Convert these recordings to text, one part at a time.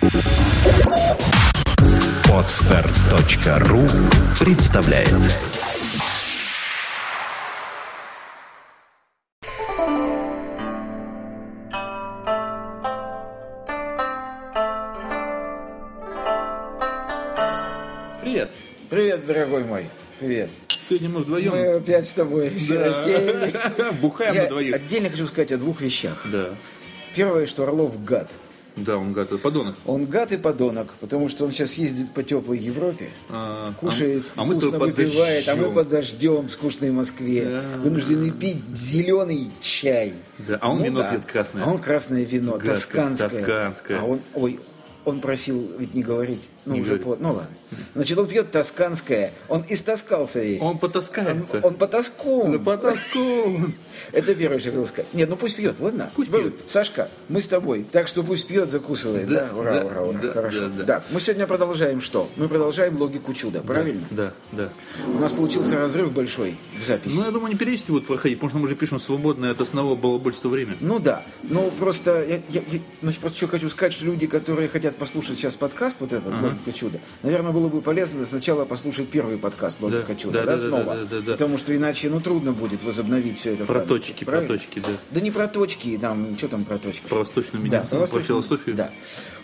Podster.ru представляет. Привет. Привет, дорогой мой. Привет. Сегодня мы вдвоем. Мы опять с тобой сиротели. Бухаем на двоих. Я отдельно хочу сказать о двух вещах. Да. Первое, что Орлов гад. Да, он гад, подонок. Он гад и подонок, потому что он сейчас ездит по теплой Европе, кушает, вкусно выпивает, а мы под дождем в скучной Москве. Да. Вынуждены пить зеленый чай. Да, а он вино пьет красное. А он красное вино, тосканское. А он просил ведь не говорить. Ну ладно. Значит, он пьет тосканское. Он истаскался весь. Он потаскается. Он потаскован. Да потаскован. Это первое, что я хотел сказать. Нет, ну пусть пьет, ладно? Пусть пьет. Сашка, мы с тобой. Так что пусть пьет, закусывает. Да? Ура. Хорошо. Да. Мы сегодня продолжаем что? Мы продолжаем логику чуда, правильно? Да. У нас получился разрыв большой в записи. Ну, я думаю, не перечить вот проходить, потому что мы уже пишем свободное от основного балабольства время. Ну да. Ну, просто я просто еще хочу сказать, что люди, которые хотят послушать сейчас подкаст, вот этот, «Логика чуда», наверное, было бы полезно сначала послушать первый подкаст «Логика чуда», снова. Да. Потому что иначе, трудно будет возобновить все это. Про точки, да. Да не про точки, что там про точки? Про восточную медицину, про философию. Да.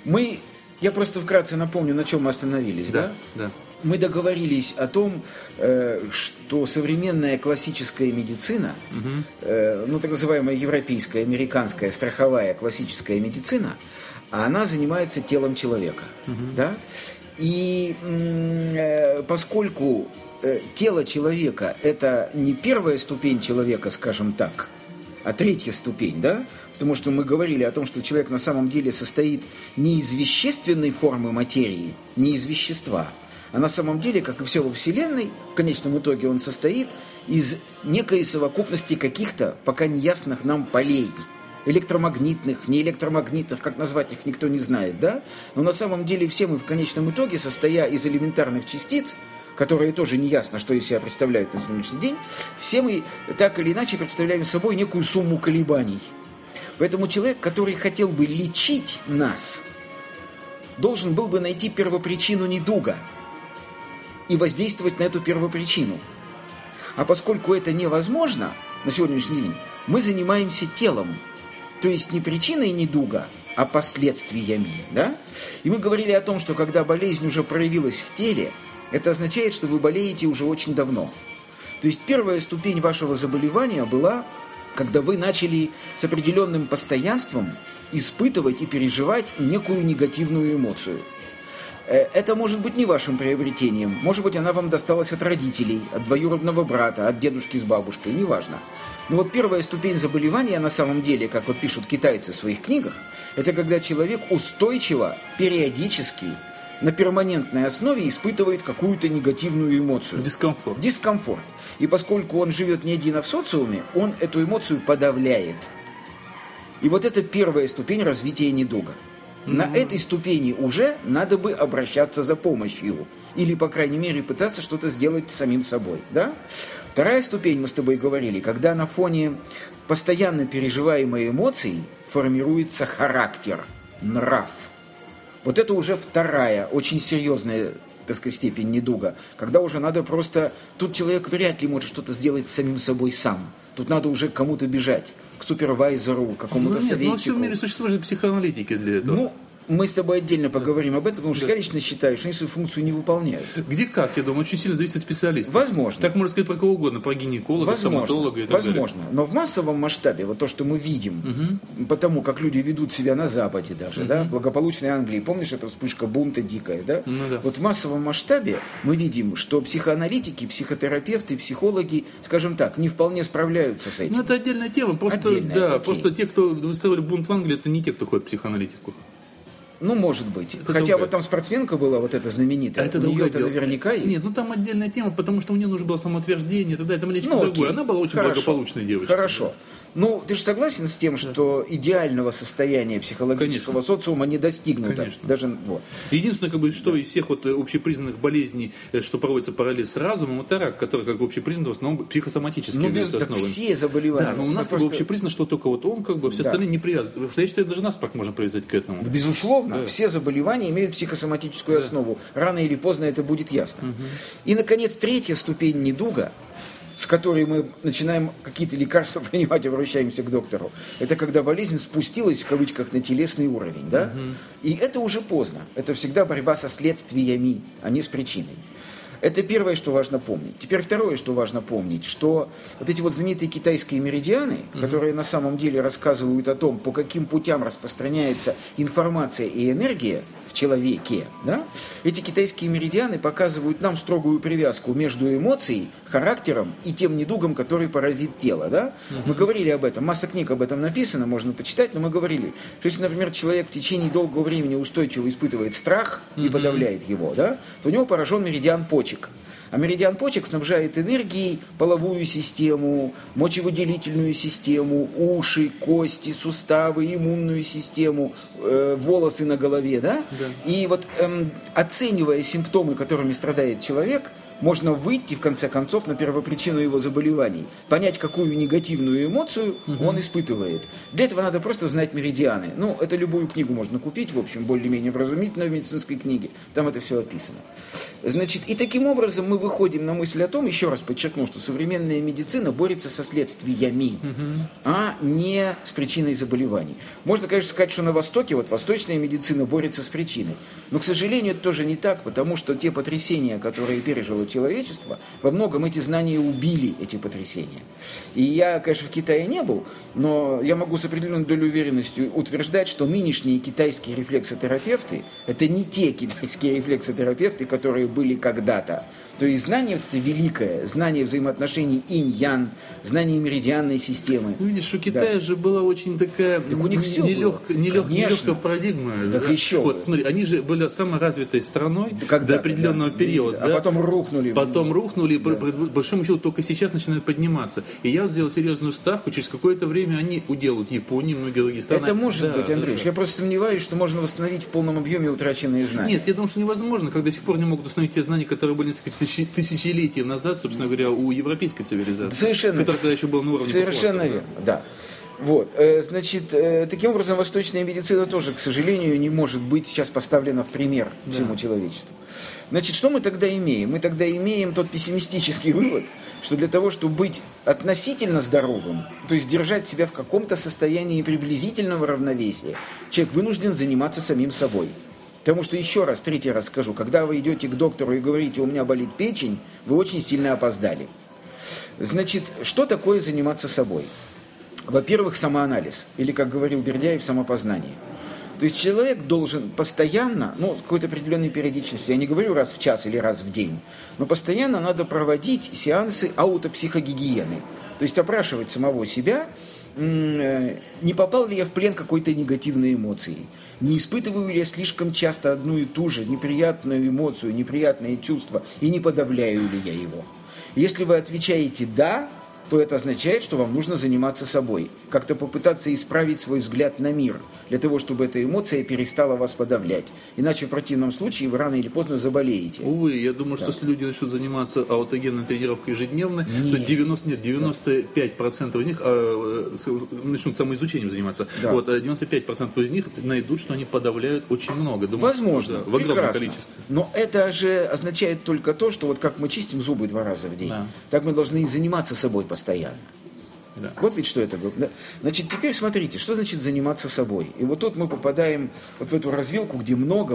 Я просто вкратце напомню, на чем мы остановились, да? Да. Мы договорились о том, что современная классическая медицина, так называемая европейская, американская, страховая классическая медицина, она занимается телом человека. Да? И поскольку тело человека – это не первая ступень человека, скажем так, а третья ступень, да? Потому что мы говорили о том, что человек на самом деле состоит не из вещественной формы материи, не из вещества, а на самом деле, как и все во Вселенной, в конечном итоге он состоит из некой совокупности каких-то пока неясных нам полей. Электромагнитных, неэлектромагнитных, как назвать их, никто не знает, да? Но на самом деле все мы в конечном итоге, состоя из элементарных частиц, которые тоже не ясно, что из себя представляют на сегодняшний день, все мы так или иначе представляем собой некую сумму колебаний. Поэтому человек, который хотел бы лечить нас, должен был бы найти первопричину недуга и воздействовать на эту первопричину. А поскольку это невозможно на сегодняшний день, мы занимаемся телом, то есть не причиной недуга, а последствиями. Да? И мы говорили о том, что когда болезнь уже проявилась в теле, это означает, что вы болеете уже очень давно. То есть первая ступень вашего заболевания была, когда вы начали с определенным постоянством испытывать и переживать некую негативную эмоцию. Это может быть не вашим приобретением, может быть, она вам досталась от родителей, от двоюродного брата, от дедушки с бабушкой, неважно. Но вот первая ступень заболевания на самом деле, как вот пишут китайцы в своих книгах, это когда человек устойчиво, периодически, на перманентной основе испытывает какую-то негативную эмоцию. Дискомфорт. И поскольку он живет не один, а в социуме, он эту эмоцию подавляет. И вот это первая ступень развития недуга. На этой ступени уже надо бы обращаться за помощью. Или, по крайней мере, пытаться что-то сделать с самим собой. Да? Вторая ступень, мы с тобой говорили, когда на фоне постоянно переживаемой эмоций формируется характер, нрав. Вот это уже вторая, очень серьезная, так сказать, степень недуга. Когда уже надо просто... Тут человек вряд ли может что-то сделать с самим собой сам. Тут надо уже к кому-то бежать. К супервайзеру, к какому-то советчику. Но в всем мире существуют же психоаналитики для этого. Мы с тобой отдельно поговорим об этом, потому что я лично считаю, что они свою функцию не выполняют. Где как, я думаю, очень сильно зависит от специалиста. Возможно. Так можно сказать про кого угодно, про гинеколога, стоматолога и так далее. Возможно. Но в массовом масштабе, вот то, что мы видим, потому как люди ведут себя на Западе даже, да, в благополучной Англии, помнишь, это вспышка бунта дикая, да? Вот в массовом масштабе мы видим, что психоаналитики, психотерапевты, психологи, скажем так, не вполне справляются с этим. Это отдельная тема. Просто те, кто выставили бунт в Англии, это не те, кто ходит в психоаналитику. Может быть. Хотя вот там спортсменка была, вот эта знаменитая. Это у нее это наверняка есть. Нет, там отдельная тема, потому что у нее нужно было самоутверждение, тогда это маленько другое. Она была очень благополучной девочкой. Хорошо. Ты же согласен с тем, что идеального состояния психологического социума не достигнуто? Конечно. Даже, Единственное, что из всех общепризнанных болезней, что проводится параллель с разумом, это рак, который как общепризнан в основном психосоматический. Все заболевания. Да, но у нас общепризнано, что только он, все остальные не привязаны. Потому что я считаю, даже нас так можно привязать к этому. Безусловно. абсолютно. Да. Все заболевания имеют психосоматическую основу. Рано или поздно это будет ясно. И, наконец, третья ступень недуга, с которой мы начинаем какие-то лекарства принимать и обращаемся к доктору, это когда болезнь спустилась, в кавычках, на телесный уровень. Да? И это уже поздно. Это всегда борьба со следствиями, а не с причиной. Это первое, что важно помнить. Теперь второе, что важно помнить, что вот эти вот знаменитые китайские меридианы, которые на самом деле рассказывают о том, по каким путям распространяется информация и энергия в человеке, да? Эти китайские меридианы показывают нам строгую привязку между эмоцией, характером и тем недугом, который поразит тело. Да? Мы говорили об этом, масса книг об этом написано, можно почитать, но мы говорили, что если, например, человек в течение долгого времени устойчиво испытывает страх и подавляет его, да, то у него поражен меридиан почек. А меридиан почек снабжает энергией половую систему, мочевыделительную систему, уши, кости, суставы, иммунную систему, волосы на голове. Да? Да. И вот оценивая симптомы, которыми страдает человек, можно выйти, в конце концов, на первопричину его заболеваний, понять, какую негативную эмоцию он испытывает. Для этого надо просто знать меридианы. Ну, это любую книгу можно купить, в общем, более-менее вразумительно в медицинской книге. Там это все описано. Значит, и таким образом мы выходим на мысль о том, еще раз подчеркну, что современная медицина борется со следствиями, а не с причиной заболеваний. Можно, конечно, сказать, что на Востоке, вот восточная медицина борется с причиной. Но, к сожалению, это тоже не так, потому что те потрясения, которые пережило человечество, во многом эти знания убили эти потрясения. И я, конечно, в Китае не был, но я могу с определенной долей уверенности утверждать, что нынешние китайские рефлексотерапевты – это не те китайские рефлексотерапевты, которые были когда-то. То есть знание вот это великое, знание взаимоотношений инь-ян, знание меридианной системы. Ну, видишь, у Китая же была очень такая нелегкая парадигма. Так да? еще вот, смотри, они же были самой развитой страной до определенного периода. А потом рухнули. Потом рухнули, и по большому счету только сейчас начинают подниматься. И я вот сделал серьезную ставку, через какое-то время они уделают Японии, многие другие страны. Это может быть, Андрей. Я просто сомневаюсь, что можно восстановить в полном объеме утраченные знания. Нет, я думаю, что невозможно, когда до сих пор не могут установить те знания, которые были несколько тысячелетия назад, собственно говоря, у европейской цивилизации. Совершенно. Которая тогда еще была на уровне. Совершенно верно, да. Вот. Значит, таким образом, восточная медицина тоже, к сожалению, не может быть сейчас поставлена в пример всему человечеству. Значит, что мы тогда имеем? Мы тогда имеем тот пессимистический вывод, что для того, чтобы быть относительно здоровым, то есть держать себя в каком-то состоянии приблизительного равновесия, человек вынужден заниматься самим собой. Потому что, еще раз, третий раз скажу, когда вы идете к доктору и говорите, у меня болит печень, вы очень сильно опоздали. Значит, что такое заниматься собой? Во-первых, самоанализ, или, как говорил Бердяев, самопознание. То есть человек должен постоянно, с какой-то определенной периодичностью, я не говорю раз в час или раз в день, но постоянно надо проводить сеансы аутопсихогигиены. То есть опрашивать самого себя, не попал ли я в плен какой-то негативной эмоции, не испытываю ли я слишком часто одну и ту же неприятную эмоцию, неприятное чувство, и не подавляю ли я его. Если вы отвечаете «да», то это означает, что вам нужно заниматься собой, как-то попытаться исправить свой взгляд на мир, для того, чтобы эта эмоция перестала вас подавлять. Иначе в противном случае вы рано или поздно заболеете. Увы, я думаю, что если люди начнут заниматься аутогенной тренировкой ежедневно, то 95% из них начнут самоизучением заниматься. Да. Вот, 95% из них найдут, что они подавляют очень много. Думаю, возможно, в огромном количестве. Но это же означает только то, что вот как мы чистим зубы 2 раза в день, так мы должны и заниматься собой постоянно. Да. Вот ведь что это было. Да? Значит, теперь смотрите, что значит заниматься собой. И вот тут мы попадаем вот в эту развилку, где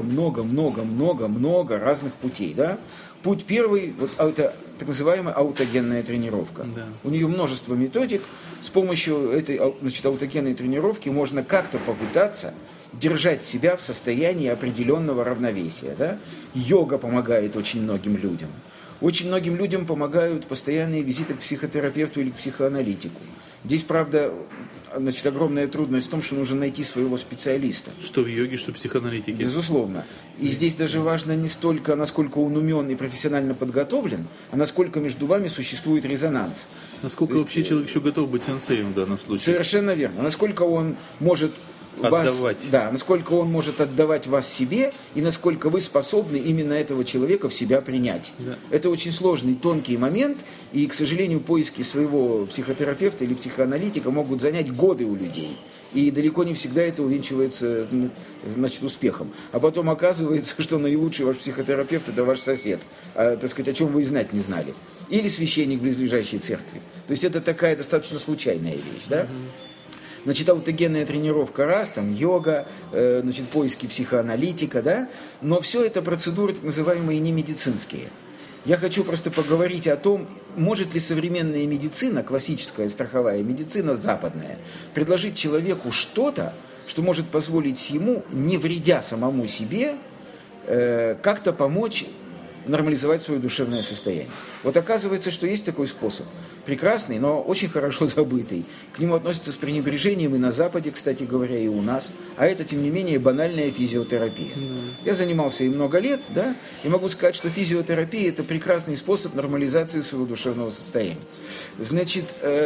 много разных путей. Да? Путь первый, вот это так называемая аутогенная тренировка. Да. У нее множество методик. С помощью этой аутогенной тренировки можно как-то попытаться держать себя в состоянии определенного равновесия. Да? Йога помогает очень многим людям. Очень многим людям помогают постоянные визиты к психотерапевту или к психоаналитику. Здесь, правда, огромная трудность в том, что нужно найти своего специалиста. Что в йоге, что в психоаналитике. Безусловно. И здесь даже важно не столько, насколько он умен и профессионально подготовлен, а насколько между вами существует резонанс. Насколько вообще человек еще готов быть сенсеем в данном случае. Совершенно верно. Насколько он может отдавать. Насколько он может отдавать вас себе, и насколько вы способны именно этого человека в себя принять. Да. Это очень сложный, тонкий момент, и, к сожалению, поиски своего психотерапевта или психоаналитика могут занять годы у людей. И далеко не всегда это увенчивается, значит, успехом. А потом оказывается, что наилучший ваш психотерапевт – это ваш сосед. Так сказать, о чем вы и знать не знали. Или священник в близлежащей церкви. То есть это такая достаточно случайная вещь, да? Значит, аутогенная тренировка раз, там, йога, значит, поиски психоаналитика, да? Но все это процедуры, так называемые, не медицинские. Я хочу просто поговорить о том, может ли современная медицина, классическая страховая медицина, западная, предложить человеку что-то, что может позволить ему, не вредя самому себе, как-то помочь нормализовать свое душевное состояние. Вот оказывается, что есть такой способ. Прекрасный, но очень хорошо забытый. К нему относятся с пренебрежением и на Западе, кстати говоря, и у нас. А это, тем не менее, банальная физиотерапия. Я занимался ей много лет, да, и могу сказать, что физиотерапия – это прекрасный способ нормализации своего душевного состояния. Значит,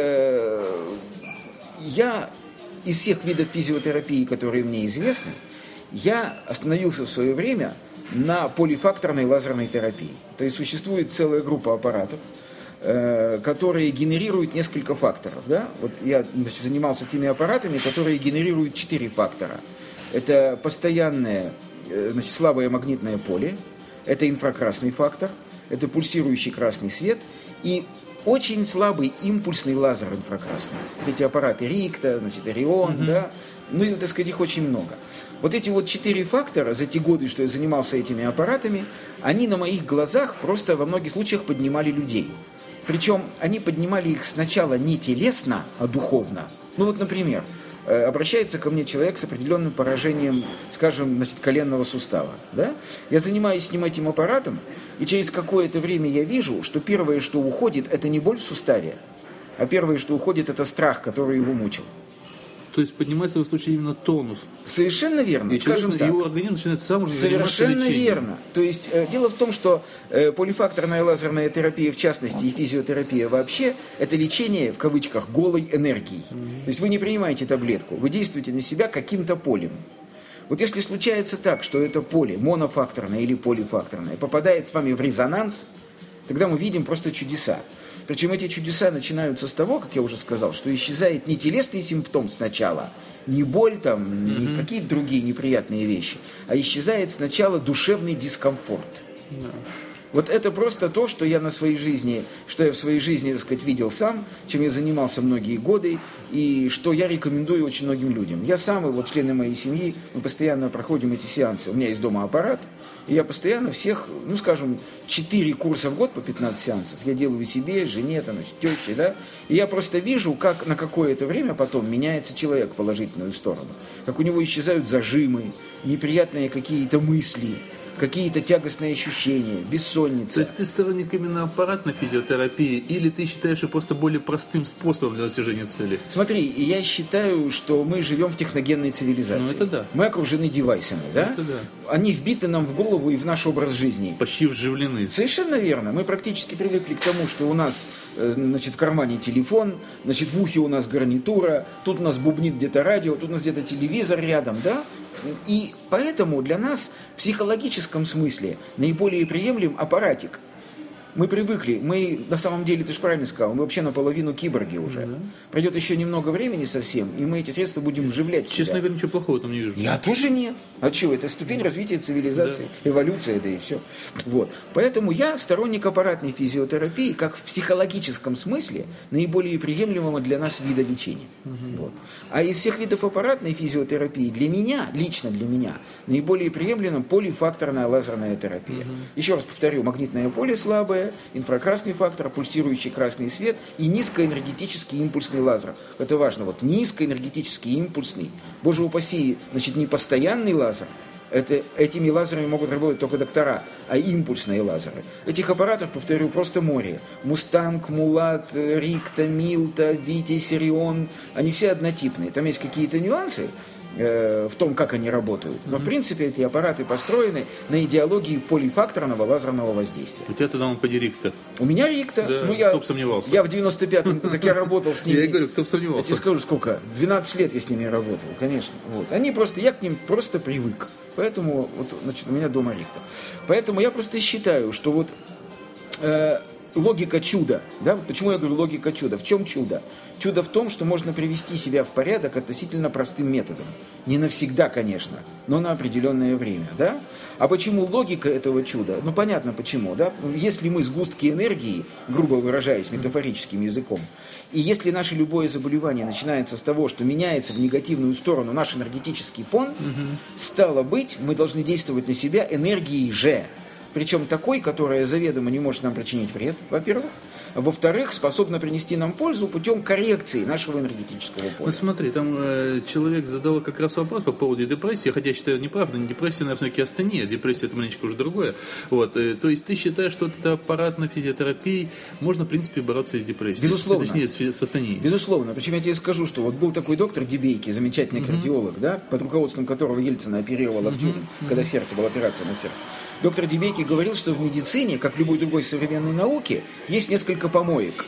я из всех видов физиотерапии, которые мне известны, я остановился в свое время на полифакторной лазерной терапии. То есть существует целая группа аппаратов, которые генерируют несколько факторов. Да? Вот я, значит, занимался теми аппаратами, которые генерируют 4 фактора. Это постоянное, значит, слабое магнитное поле, это инфракрасный фактор, это пульсирующий красный свет и очень слабый импульсный лазер инфракрасный. Вот эти аппараты Рикта, значит, Орион, да, ну и, так сказать, их очень много. Вот эти вот 4 фактора за те годы, что я занимался этими аппаратами, они на моих глазах просто во многих случаях поднимали людей. Причем они поднимали их сначала не телесно, а духовно. Ну вот, например, обращается ко мне человек с определенным поражением, скажем, значит, коленного сустава. Да? Я занимаюсь с ним этим аппаратом, и через какое-то время я вижу, что первое, что уходит, это не боль в суставе, а первое, что уходит, это страх, который его мучил. То есть поднимается в этом случае именно тонус. Совершенно верно. И скажем так. Его организм начинает сам уже заниматься лечением. Совершенно верно. То есть дело в том, что полифакторная лазерная терапия в частности и физиотерапия вообще это лечение в кавычках голой энергией. То есть вы не принимаете таблетку, вы действуете на себя каким-то полем. Вот если случается так, что это поле монофакторное или полифакторное попадает с вами в резонанс, тогда мы видим просто чудеса. Причем эти чудеса начинаются с того, как я уже сказал, что исчезает не телесный симптом сначала, не боль там, не какие-то другие неприятные вещи, а исчезает сначала душевный дискомфорт. Вот это просто то, что я в своей жизни, так сказать, видел сам, чем я занимался многие годы, и что я рекомендую очень многим людям. Я сам и вот члены моей семьи, мы постоянно проходим эти сеансы. У меня есть дома аппарат, и я постоянно всех, 4 курса в год по 15 сеансов я делаю себе, жене, там, значит, теще, да, и я просто вижу, как на какое-то время потом меняется человек в положительную сторону, как у него исчезают зажимы, неприятные какие-то мысли, какие-то тягостные ощущения, бессонница. То есть ты сторонник именно аппаратной физиотерапии, или ты считаешь это просто более простым способом для достижения цели? Смотри, я считаю, что мы живем в техногенной цивилизации. Ну, это да. Мы окружены девайсами, да? Это да. Они вбиты нам в голову и в наш образ жизни. Почти вживлены. Совершенно верно. Мы практически привыкли к тому, что у нас, значит, в кармане телефон, значит, в ухе у нас гарнитура, тут у нас бубнит где-то радио, тут у нас где-то телевизор рядом, да? И поэтому для нас в психологическом смысле наиболее приемлем аппаратик. Мы привыкли, мы на самом деле, ты же правильно сказал, мы вообще наполовину киборги уже. Да. Пройдет еще немного времени совсем, и мы эти средства будем вживлять в себя. Честно говоря, ничего плохого там не вижу. Я тоже нет. А что, это ступень развития цивилизации, эволюция, да и все. Вот. Поэтому я сторонник аппаратной физиотерапии, как в психологическом смысле, наиболее приемлемого для нас вида лечения. Вот. А из всех видов аппаратной физиотерапии для меня, лично для меня, наиболее приемлема полифакторная лазерная терапия. Еще раз повторю, магнитное поле слабое, инфракрасный фактор, пульсирующий красный свет и низкоэнергетический импульсный лазер. Это важно. Вот низкоэнергетический импульсный. Боже упаси, значит, не постоянный лазер. Этими лазерами могут работать только доктора, а импульсные лазеры. Этих аппаратов, повторю, просто море. Мустанг, Мулат, Рикта, Милта, Витязь, Орион. Они все однотипные. Там есть какие-то нюансы в том, как они работают. Но, в принципе, эти аппараты построены на идеологии полифакторного лазерного воздействия. У тебя тогда он поди Рикта. У меня Рикта. Да, кто бы сомневался. Я в 95-м, так я работал с ними. Я говорю, кто бы сомневался. Я тебе скажу, сколько? 12 лет я с ними работал, конечно. Вот. Они просто, я к ним просто привык. Поэтому, вот, значит, у меня дома Рикта. Поэтому я просто считаю, что вот логика чуда. Да? Вот почему я говорю логика чуда. В чем чудо? Чудо в том, что можно привести себя в порядок относительно простым методом. Не навсегда, конечно, но на определенное время. Да? А почему логика этого чуда? Ну, понятно почему. Да? Если мы сгустки энергии, грубо выражаясь метафорическим языком, и если наше любое заболевание начинается с того, что меняется в негативную сторону наш энергетический фон, стало быть, мы должны действовать на себя энергией же. Причем такой, которая заведомо не может нам причинить вред, во-первых. Во-вторых, способна принести нам пользу путем коррекции нашего энергетического поля. Ну смотри, там человек задал как раз вопрос по поводу депрессии, хотя я считаю неправда, не депрессия, наверное, все-таки астения, депрессия это маленечко уже другое. Вот, то есть ты считаешь, что это аппаратной физиотерапией можно, в принципе, бороться с депрессией? Безусловно. Точнее, с астенией. Безусловно. Причем я тебе скажу, что вот был такой доктор Дебейки, замечательный кардиолог, да, под руководством которого Ельцин оперировал Акчурин, когда сердце, была операция на сердце. Доктор Дебейки говорил, что в медицине, как в любой другой современной науке, есть несколько помоек.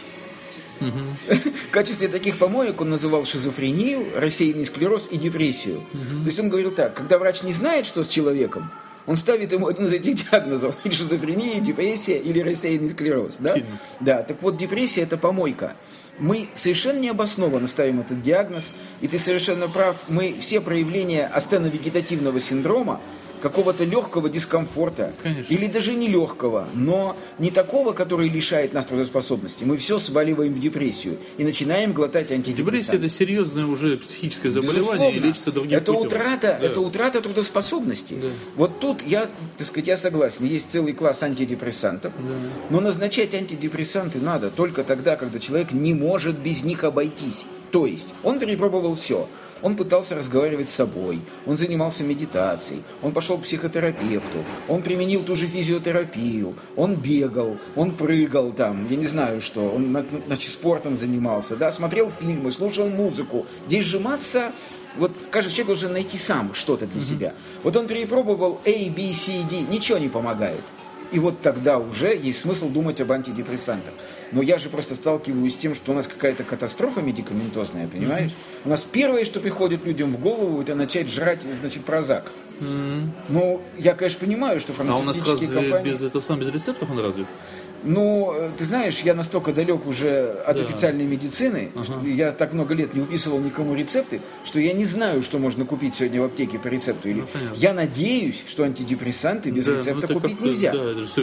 В качестве таких помоек он называл шизофрению, рассеянный склероз и депрессию. То есть он говорил так, когда врач не знает, что с человеком, он ставит ему один из этих диагнозов, или шизофрения, депрессия, или рассеянный склероз. Да? Да, так вот, депрессия – это помойка. Мы совершенно необоснованно ставим этот диагноз, и ты совершенно прав, мы все проявления астеновегетативного синдрома, какого-то легкого дискомфорта, конечно, или даже не легкого, но не такого, который лишает нас трудоспособности. Мы все сваливаем в депрессию и начинаем глотать антидепрессанты. Депрессия – это серьезное уже психическое заболевание, безусловно, и лечится другим путем. Это утрата трудоспособности. Да. Вот тут я согласен, есть целый класс антидепрессантов, да, но назначать антидепрессанты надо только тогда, когда человек не может без них обойтись. То есть он перепробовал все. Он пытался разговаривать с собой, он занимался медитацией, он пошел к психотерапевту, он применил ту же физиотерапию, он бегал, он прыгал там, я не знаю что, он спортом занимался, да, смотрел фильмы, слушал музыку. Здесь же масса, вот каждый человек должен найти сам что-то для себя. Вот он перепробовал A, B, C, D, ничего не помогает. И вот тогда уже есть смысл думать об антидепрессантах. Но я же просто сталкиваюсь с тем, что у нас какая-то катастрофа медикаментозная, понимаешь? У нас первое, что приходит людям в голову, это начать жрать, значит, Прозак. Ну, я, конечно, понимаю, что фармацевтические компании... без рецептов он разве? Ну, ты знаешь, я настолько далек уже от официальной медицины, что я так много лет не выписывал никому рецепты, что я не знаю, что можно купить сегодня в аптеке по рецепту. Или... Я надеюсь, что антидепрессанты без рецепта купить нельзя.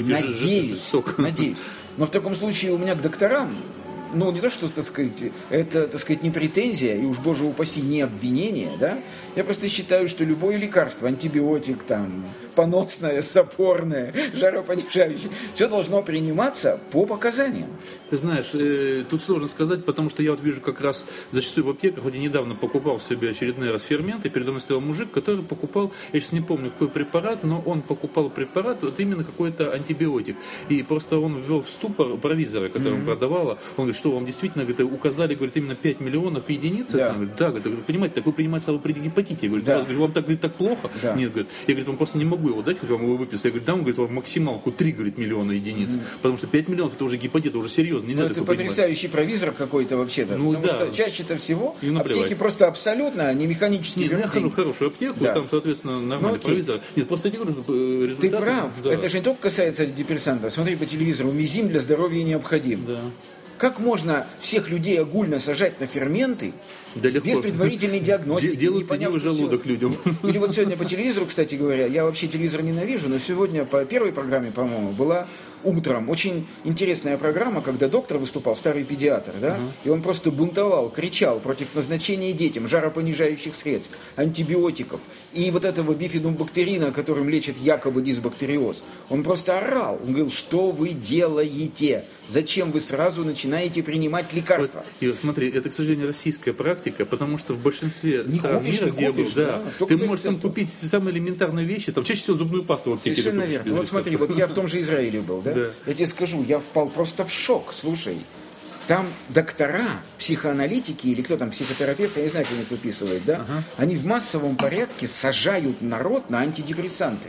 Надеюсь. Но в таком случае у меня к докторам, ну, не то, что, так сказать, это, так сказать, не претензия, и уж, боже упаси, не обвинение, да? Я просто считаю, что любое лекарство, антибиотик, там, поносное, сапорное, жаропонижающее, все должно приниматься по показаниям. Ты знаешь, тут сложно сказать, потому что я вот вижу как раз зачастую в аптеках, вот я недавно покупал себе очередной раз ферменты, и передо мной стоял мужик, который покупал, я сейчас не помню какой препарат, но он покупал препарат, вот именно какой-то антибиотик. И просто он ввел в ступор провизора, который он продавала. Он говорит, что вам действительно, говорит, указали, говорит, именно 5 миллионов единиц? Да. Говорит, да, говорит, вы понимаете, такой принимать сразу при гепатите. Я говорю, вам так, говорит, так плохо? Да. Нет, говорит, я, говорит, вам просто не могу его дать, хоть вам его выписать. Я говорю, да, он говорит, вам максималку 3, говорит, миллиона единиц. Потому что 5 миллионов это уже гепатит, это уже серьезно. Нельзя, это потрясающий провизор какой-то вообще-то. Ну, потому что чаще-то всего аптеки просто абсолютно не механические. Нет, я хожу в хорошую аптеку, там, соответственно, нормальный провизор. Нет, просто я не говорю, что результаты... Ты прав, это же не только касается антидепрессантов. Смотри по телевизору, мизим для здоровья необходим. Да. Как можно всех людей огульно сажать на ферменты без предварительной диагностики? Делают ленивый желудок людям. Или вот сегодня по телевизору, кстати говоря, я вообще телевизор ненавижу, но сегодня по первой программе, по-моему, была утром очень интересная программа, когда доктор выступал, старый педиатр, да, и он просто бунтовал, кричал против назначения детям жаропонижающих средств, антибиотиков и вот этого бифидобактерина, которым лечат якобы дисбактериоз. Он просто орал, он говорил, что вы делаете? Зачем вы сразу начинаете принимать лекарства? Вот, и смотри, это, к сожалению, российская практика, потому что в большинстве стран мира, где был, ты можешь там купить самые элементарные вещи, там чаще всего зубную пасту в аптеке. Совершенно верно. Вот смотри, вот я в том же Израиле был, да? Я тебе скажу, я впал просто в шок, слушай. Там доктора, психоаналитики или кто там, психотерапевт, я не знаю, кто их выписывает, да? Они в массовом порядке сажают народ на антидепрессанты.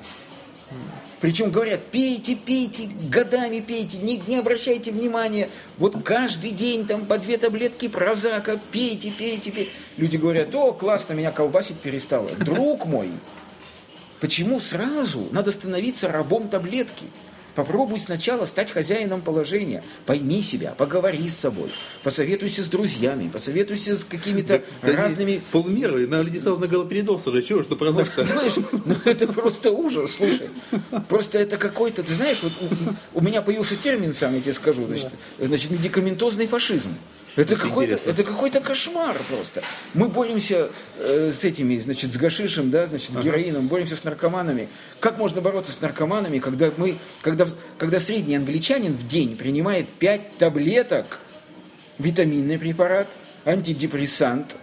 Причем говорят, пейте, пейте, годами пейте, не обращайте внимания. Вот каждый день там по 2 таблетки Прозака, пейте, пейте, пейте. Люди говорят, о, классно, меня колбасить перестало. Друг мой, почему сразу надо становиться рабом таблетки? Попробуй сначала стать хозяином положения. Пойми себя, поговори с собой, посоветуйся с друзьями, посоветуйся с какими-то разными... Полмира, на людей сразу на галоперидол сажать. Чего, что произошло? Знаешь, это просто ужас, слушай. Просто это какой-то, ты знаешь, вот у меня появился термин, сам я тебе скажу, значит, медикаментозный фашизм. Это какой-то кошмар просто. Мы боремся с этими, значит, с гашишем, да, значит, с героином, боремся с наркоманами. Как можно бороться с наркоманами, когда средний англичанин в день принимает 5 таблеток, витаминный препарат, антидепрессант,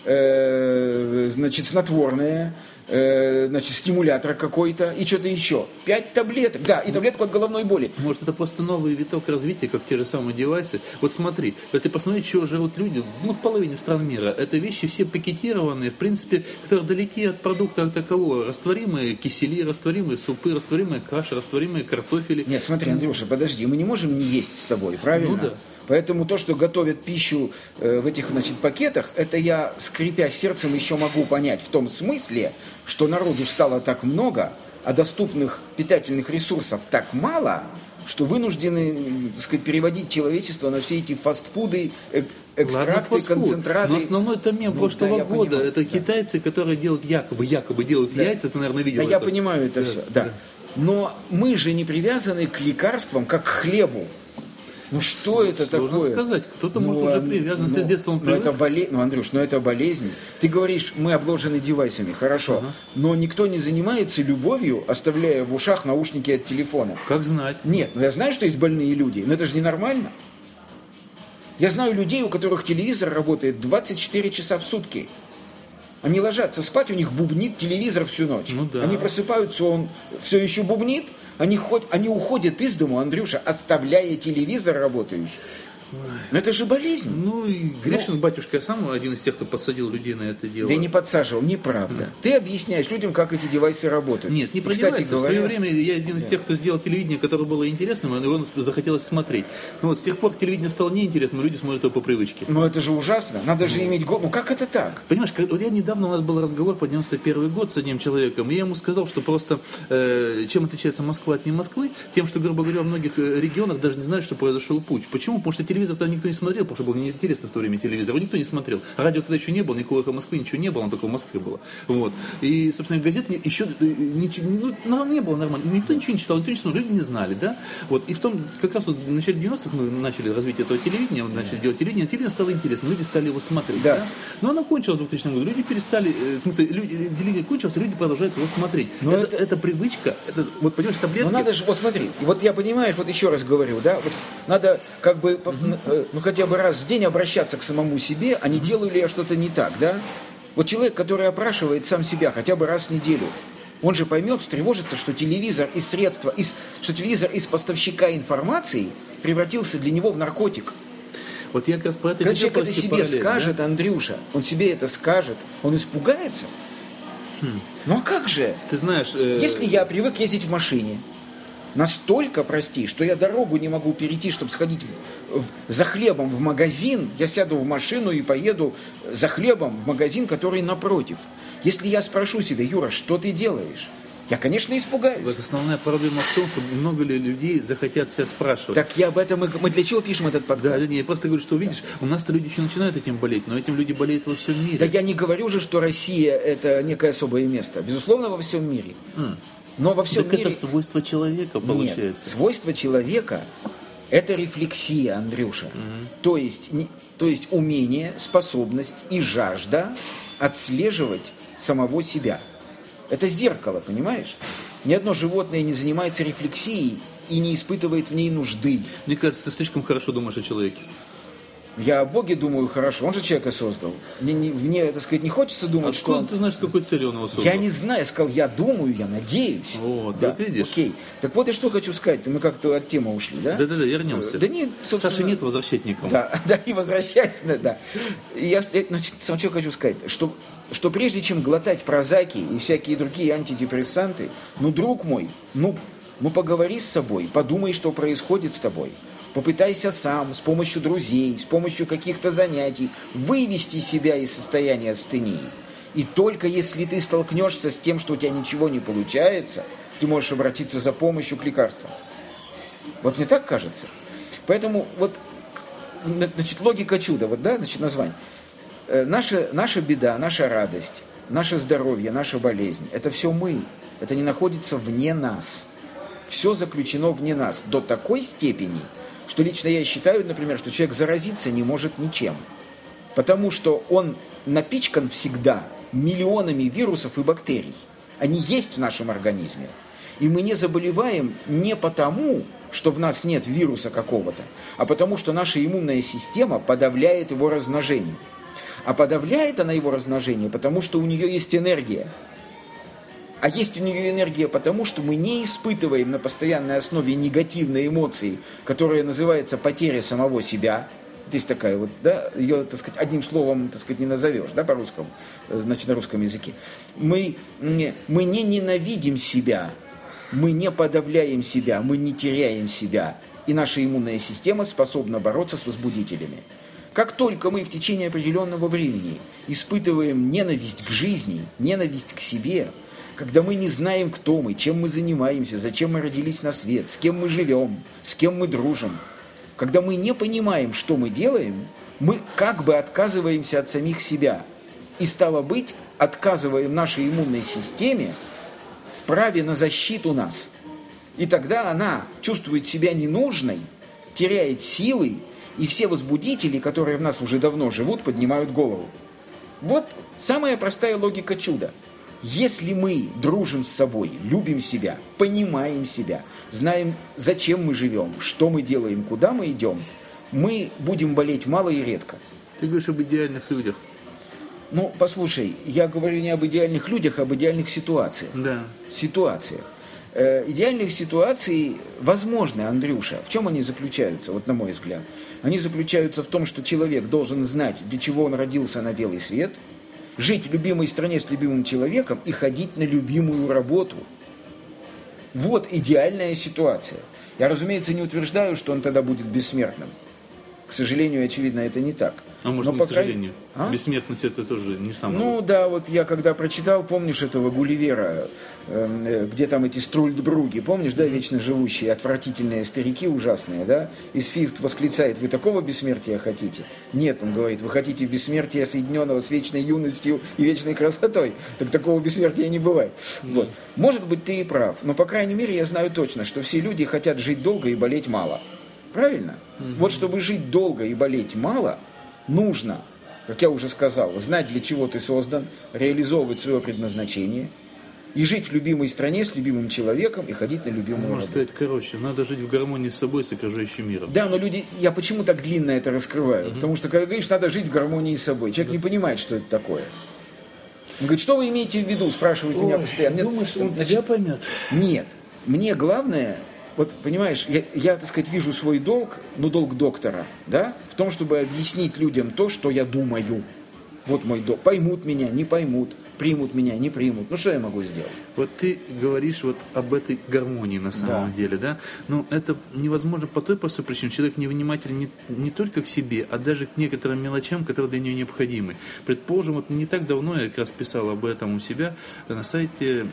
значит, снотворное, значит, стимулятор какой-то и что-то еще. 5 таблеток. Да, и таблетку от головной боли. Может, это просто новый виток развития, как те же самые девайсы. Вот смотри, если посмотреть, чего живут люди, в половине стран мира, это вещи все пакетированные, в принципе, которые далеки от продукта такового. Растворимые кисели, растворимые супы, растворимые каши, растворимые картофели. Нет, смотри, Андрюша, подожди, мы не можем не есть с тобой, правильно? Ну да. Поэтому то, что готовят пищу в этих, значит, пакетах, это я, скрипя сердцем, еще могу понять в том смысле, что народу стало так много, а доступных питательных ресурсов так мало, что вынуждены, так сказать, переводить человечество на все эти фастфуды, экстракты, ладно, концентраты. Но основной это мем прошлого года. Понимаю, это китайцы, которые делают якобы делают яйца, ты, наверное, видел. Да, я понимаю это все, да. Но мы же не привязаны к лекарствам, как к хлебу. Ну что это такое? Сложно сказать. Кто-то может уже привязан. Если с детства он привязан. Андрюш, это болезнь. Ты говоришь, мы обложены девайсами, хорошо. Но никто не занимается любовью, оставляя в ушах наушники от телефона. Как знать? Нет, я знаю, что есть больные люди, но это же ненормально. Я знаю людей, у которых телевизор работает 24 часа в сутки. Они ложатся спать, у них бубнит телевизор всю ночь. Ну, да. Они просыпаются, он все еще бубнит. Они уходят из дому, Андрюша, оставляя телевизор работающий. Но это же болезнь. Ну, и Гришин, батюшка, я сам один из тех, кто подсадил людей на это дело. Да не подсаживал, неправда. Ты объясняешь людям, как эти девайсы работают. Нет, не про девайсы. В свое время я один из тех, кто сделал телевидение, которое было интересным, и его захотелось смотреть. Но вот с тех пор телевидение стало неинтересным, люди смотрят его по привычке. Ну это же ужасно. Надо же иметь голову. Ну как это так? Понимаешь, вот я недавно, у нас был разговор по 91 год с одним человеком, и я ему сказал, что просто чем отличается Москва от не Москвы, тем, что, грубо говоря, в многих регионах даже не знают, что произошел путч. Почему? Потому что телевизор тогда никто не смотрел, потому что было неинтересно в то время телевизор, никто не смотрел. Радио тогда еще не было, никакого «Эхо Москвы», ничего не было, оно только в Москве было. Вот. И, собственно, газет еще не было нормально. Никто ничего не читал, никто не смотрел, люди не знали, да? Вот. И в том, как раз вот в начале 90-х мы начали развитие этого телевидения, мы начали делать телевидение стало интересно, люди стали его смотреть. Да. Да? Но оно кончилось в 2000 году, люди перестали, в смысле, телевидение кончилось, люди продолжают его смотреть. Это привычка, вот, понимаешь, таблетки. Ну надо же, вот смотри, вот я, понимаешь, вот еще раз говорю, да, вот надо как бы, хотя бы раз в день обращаться к самому себе, а не делаю ли я что-то не так, да? Вот человек, который опрашивает сам себя хотя бы раз в неделю, он же поймет, встревожится, что телевизор из средства, что телевизор из поставщика информации превратился для него в наркотик. Вот я как раз про это. Когда человек это себе скажет, да? Андрюша, он себе это скажет, он испугается. Ну а как же? Ты знаешь, если я привык ездить в машине, настолько, прости, что я дорогу не могу перейти, чтобы сходить за хлебом в магазин, я сяду в машину и поеду за хлебом в магазин, который напротив. Если я спрошу себя, Юра, что ты делаешь? Я, конечно, испугаюсь. Вот основная проблема в том, что много ли людей захотят себя спрашивать. Так я об этом, мы для чего пишем этот подкаст? Да, я просто говорю, что видишь, у нас-то люди еще начинают этим болеть, но этим люди болеют во всем мире. Да я не говорю же, что Россия это некое особое место. Безусловно, во всем мире. Но во всем мире... это свойство человека, получается. Нет, свойство человека – это рефлексия, Андрюша. То есть умение, способность и жажда отслеживать самого себя. Это зеркало, понимаешь? Ни одно животное не занимается рефлексией и не испытывает в ней нужды. Мне кажется, ты слишком хорошо думаешь о человеке. Я о Боге думаю хорошо, он же человека создал. Мне, так сказать, не хочется думать, что он... ты знаешь, с какой целью он его создал? Я не знаю, я сказал, я думаю, я надеюсь. Вот, да, вот видишь. Окей. Так вот, и что хочу сказать, мы как-то от темы ушли, да? Да, вернемся. Да нет, собственно... Саши нет, возвращать никому. Да, и возвращайся, да. Я, значит, сам что хочу сказать, что прежде чем глотать прозаки и всякие другие антидепрессанты, друг мой, поговори с собой, подумай, что происходит с тобой. Попытайся сам, с помощью друзей, с помощью каких-то занятий вывести себя из состояния астении. И только если ты столкнешься с тем, что у тебя ничего не получается, ты можешь обратиться за помощью к лекарствам. Вот мне так кажется. Поэтому вот, значит, логика чуда, вот, да, значит, название. Наша беда, наша радость, наше здоровье, наша болезнь, это все мы. Это не находится вне нас. Все заключено вне нас до такой степени, что лично я считаю, например, что человек заразиться не может ничем. Потому что он напичкан всегда миллионами вирусов и бактерий. Они есть в нашем организме. И мы не заболеваем не потому, что в нас нет вируса какого-то, а потому что наша иммунная система подавляет его размножение. А подавляет она его размножение, потому что у нее есть энергия. А есть у нее энергия потому, что мы не испытываем на постоянной основе негативной эмоции, которая называется потеря самого себя. Есть такая вот, да, ее, так сказать, одним словом, так сказать, не назовешь, да, по-русскому, значит, на русском языке. Мы не ненавидим себя, мы не подавляем себя, мы не теряем себя. И наша иммунная система способна бороться с возбудителями. Как только мы в течение определенного времени испытываем ненависть к жизни, ненависть к себе, когда мы не знаем, кто мы, чем мы занимаемся, зачем мы родились на свет, с кем мы живем, с кем мы дружим, когда мы не понимаем, что мы делаем, мы как бы отказываемся от самих себя. И, стало быть, отказываем нашей иммунной системе в праве на защиту нас. И тогда она чувствует себя ненужной, теряет силы, и все возбудители, которые в нас уже давно живут, поднимают голову. Вот самая простая логика чуда. Если мы дружим с собой, любим себя, понимаем себя, знаем, зачем мы живем, что мы делаем, куда мы идем, мы будем болеть мало и редко. Ты говоришь об идеальных людях. Ну, послушай, я говорю не об идеальных людях, а об идеальных ситуациях. Да. Ситуациях. Идеальных ситуаций возможны, Андрюша. В чем они заключаются, вот на мой взгляд? Они заключаются в том, что человек должен знать, для чего он родился на белый свет, жить в любимой стране с любимым человеком и ходить на любимую работу. Вот идеальная ситуация. Я, разумеется, не утверждаю, что он тогда будет бессмертным. К сожалению, очевидно, это не так. А может, не к сожалению. Бессмертность это тоже не самое. Ну да, вот я когда прочитал, помнишь этого Гулливера, где там эти Струльдбруги, помнишь, да, вечно живущие, отвратительные старики ужасные, да? И Свифт восклицает: вы такого бессмертия хотите? Нет, он говорит, вы хотите бессмертия, соединенного с вечной юностью и вечной красотой. Так такого бессмертия не бывает. Вот. Может быть, ты и прав, но, по крайней мере, я знаю точно, что все люди хотят жить долго и болеть мало. Правильно? Вот чтобы жить долго и болеть мало, нужно, как я уже сказал, знать, для чего ты создан, реализовывать свое предназначение и жить в любимой стране с любимым человеком и ходить на любимую работу. Можно сказать, короче, надо жить в гармонии с собой, с окружающим миром. Да, но люди, я почему так длинно это раскрываю? Потому что, когда говоришь, надо жить в гармонии с собой, человек не понимает, что это такое. Он говорит, что вы имеете в виду, спрашивает меня постоянно. Нет, думаешь, он тебя поймет? Нет, мне главное... Вот, понимаешь, я, так сказать, вижу свой долг, ну, долг доктора, да, в том, чтобы объяснить людям то, что я думаю. Вот мой долг. Поймут меня, не поймут, примут меня, не примут. Ну, что я могу сделать? Вот ты говоришь вот об этой гармонии на самом деле, да? Но это невозможно по той простой причине. Человек невнимателен не только к себе, а даже к некоторым мелочам, которые для него необходимы. Предположим, вот не так давно я как раз писал об этом у себя на сайте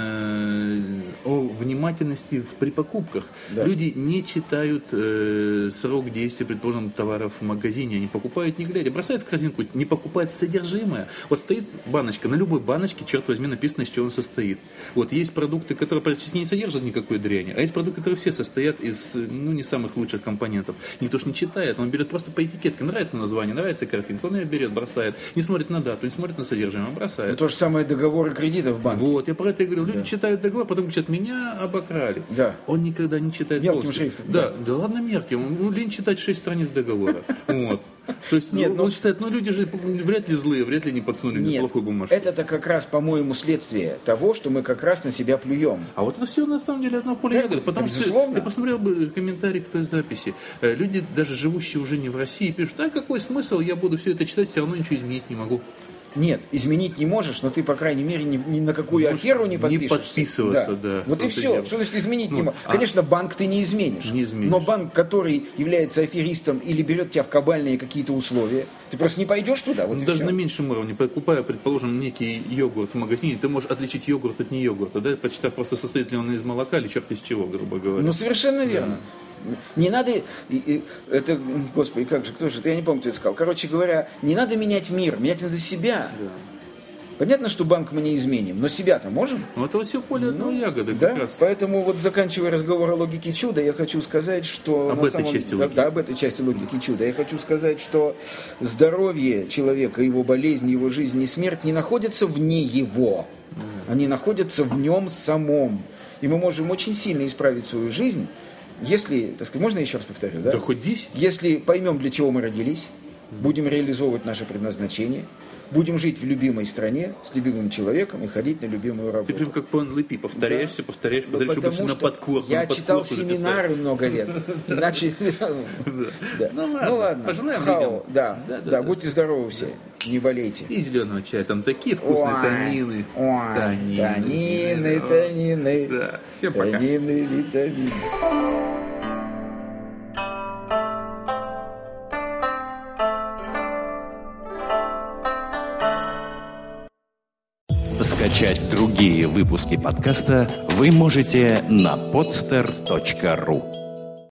о внимательности при покупках. Да. Люди не читают срок действия, предположим, товаров в магазине. Они покупают не глядя, бросают в корзинку, не покупают содержимое. Вот стоит баночка, на любой баночке, черт возьми, написано, из чего он состоит. Вот есть продукты, которые практически не содержат никакой дряни, а есть продукты, которые все состоят из, ну, не самых лучших компонентов. Никто ж не читает, он берет просто по этикетке, нравится название, нравится картинка, он ее берет, бросает, не смотрит на дату, не смотрит на содержимое, бросает. Ну, то же самое договоры кредитов в банке. Вот, я про это и говорю. Люди читают договор, потом говорят, меня обокрали. Да. Он никогда не читает мелким шрифтом. Да, ладно мелким, ну, лень читать 6 страниц договора. Вот. То есть он считает, ну, люди же вряд ли злые, вряд ли не подсунули мне плохую бумажку. Это-то как раз, по-моему, следствие того, что мы как раз на себя плюем. А вот это все на самом деле одно поле ягоды. Потому что ты посмотрел бы комментарий к той записи. Люди, даже живущие уже не в России, пишут, а какой смысл, я буду все это читать, все равно ничего изменить не могу. Нет, изменить не можешь, но ты, по крайней мере, ни на какую аферу не подпишешься. Не подписываться, да. Вот и все. Что значит изменить не можешь? Конечно, банк ты не изменишь. Не изменишь. Но банк, который является аферистом или берет тебя в кабальные какие-то условия, ты просто не пойдешь туда. Вот даже на меньшем уровне, покупая, предположим, некий йогурт в магазине, ты можешь отличить йогурт от не йогурта, да, прочитав просто, состоит ли он из молока или черт из чего, грубо говоря. Ну, совершенно верно. Не надо, это, господи, как же, кто же, я не помню, кто это сказал. Короче говоря, не надо менять мир, менять надо себя. Да. Понятно, что банк мы не изменим, но себя-то можем? Ну, это все поле одной ягоды, да? как раз. Поэтому вот, заканчивая разговор о логике чуда, я хочу сказать, что... Об этой части логики. Да, об этой части логики чуда. Я хочу сказать, что здоровье человека, его болезнь, его жизнь и смерть не находятся вне его. Они находятся в нем самом. И мы можем очень сильно исправить свою жизнь, если, так сказать, можно я еще раз повторю, да? Да хоть 10. Если поймем, для чего мы родились, будем реализовывать наше предназначение, будем жить в любимой стране, с любимым человеком и ходить на любимую работу. Ты прям как по НЛП повторяешься, да. повторяешь, потому что на подкорку. Я читал семинары много лет. Иначе... Ну ладно. Пожелаем людям. Да, будьте здоровы все. Не болейте. И зеленого чая. Там такие вкусные танины. Танины. Да. Всем пока. Танины, витамины. Скачать другие выпуски подкаста вы можете на podster.ru.